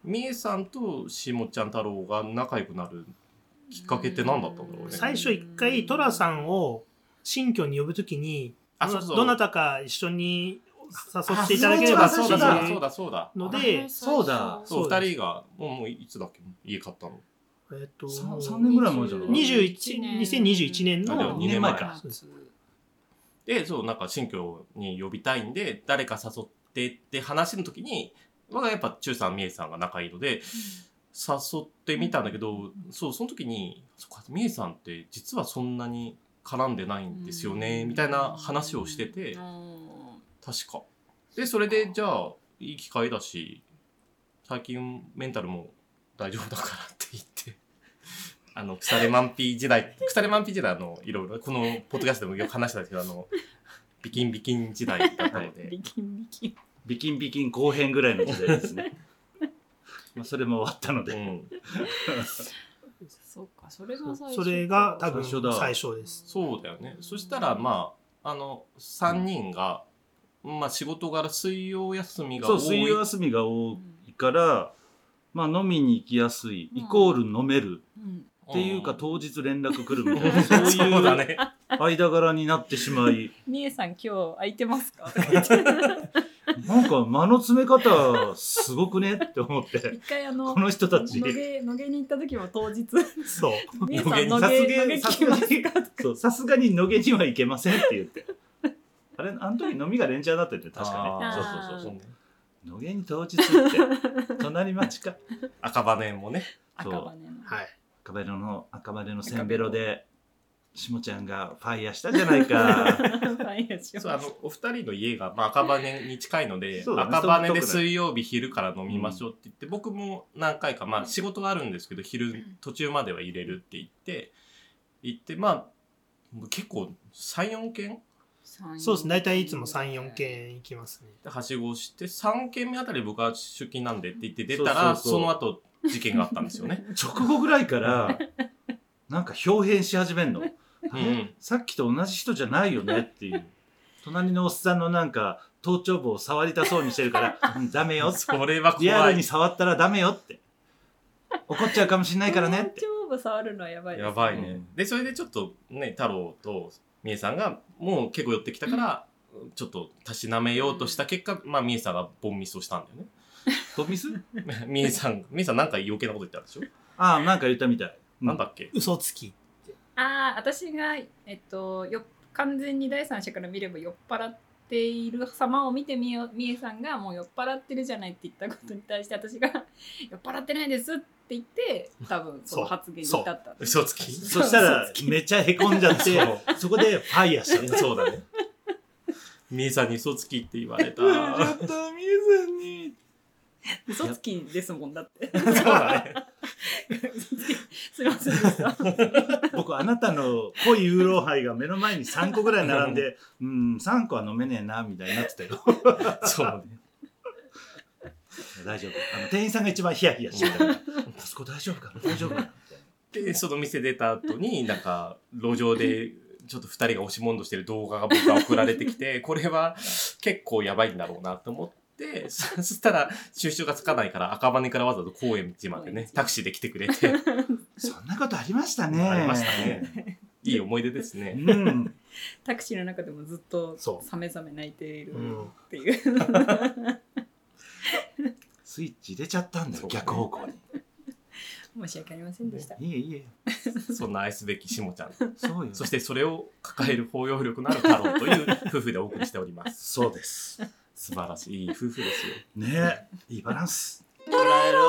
みえさんとしもちゃん太郎が仲良くなるきっかけって何だったんだろうね。 最初一回トラさんを新居に呼ぶときにどなたか一緒に誘っていただければっていうので、 そうだ、 そう2人がもういつだっけ家買ったの 3年ぐらい前じゃない 2021年の 2年前か。 で、そうなんか新居に呼びたいんで誰か誘ってって話の時に僕はやっぱ中さんみえさんが仲いいので、誘ってみたんだけど、その時にみえさんって実はそんなに絡んでないんですよねみたいな話をしてて、確かでそれでじゃあいい機会だし最近メンタルも大丈夫だからって言って腐れマンピー時代いろいろこのポッドキャストでもよく話したんですけどビキンビキン時代だったのでビキン後編ぐらいの時代ですねまあそれも終わったので、 そうか、それが最初。 それが多分最初です。 そうだよね。そしたらまあ3人が、まあ仕事柄水曜休みが多い。 そう、水曜休みが多いから、まあ飲みに行きやすい、イコール飲める、っていうか当日連絡来るみたいな、そういう間柄になってしまい。 みえさん今日空いてますかとか言って。 なんか間の詰め方すごくねって思って一回この人たち野毛に行った時も当日そうみえさん野毛聞きますかとかさすがに野毛には行けませんって言ってあの時飲みが連チャンだったって確かねそう野毛に当日って隣町か赤羽もね赤羽のはい赤羽のせんべろでしもちゃんがファイヤーしたじゃないかそうお二人の家が、まあ、赤羽に近いので、 ね、 赤羽で水曜日昼から飲みましょうって言って、僕も何回か、まあ、仕事があるんですけど昼途中までは入れるって言ってまあ結構 3,4 件そうですね、大体いつも 3,4 件行きますね。 はしごして3件目あたり僕は出勤なんでって言って出たらその後事件があったんですよね直後ぐらいからなんか表変し始めんのさっきと同じ人じゃないよねっていう隣のおっさんのなんか頭頂部を触りたそうにしてるからダメよそれは怖いリアルに触ったらダメよって怒っちゃうかもしれないからねって頭頂部触るのはやばいですね。 やばいね、でそれでちょっとね太郎とみえさんがもう結構寄ってきたから、ちょっとたしなめようとした結果、まあみえさんがボンミスをしたんだよねボンミスみえさんなんか余計なこと言ったんでしょ。 ああなんか言ったみたい、 なんだっけ嘘つき私が完全に第三者から見れば酔っ払っている様を見てみえさんがもう酔っ払ってるじゃないって言ったことに対して私が酔っ払ってないですって言って多分その発言に至った嘘つきそしたらめっちゃへこんじゃってそこでファイヤーしたそうだねみえさんに嘘つきって言われたちょっとみえさんに嘘つきですもんだってそうだねすいませんでした僕あなたの濃いウーロンハイが目の前に3個ぐらい並んで3個は飲めねえなみたいになってたよそうね大丈夫店員さんが一番ヒヤヒヤしてたからそこ大丈夫かな大丈夫かなでその店出た後になんか路上でちょっと2人が押し問答してる動画が僕は送られてきてこれは結構やばいんだろうなと思ってそしたら収集がつかないから赤羽からわざわざ高円寺までねタクシーで来てくれてそんなことありましたねありましたねいい思い出ですね、 タクシーの中でもずっとさめざめ泣いているっていう、 スイッチ入れちゃったんだよ逆方向に申し訳ありませんでした。 いえいえそんな愛すべきしもちゃんそうよそしてそれを抱える包容力のある太郎という夫婦でお送りしておりますそうです素晴らしいいい夫婦ですよねいいバランスドラえろ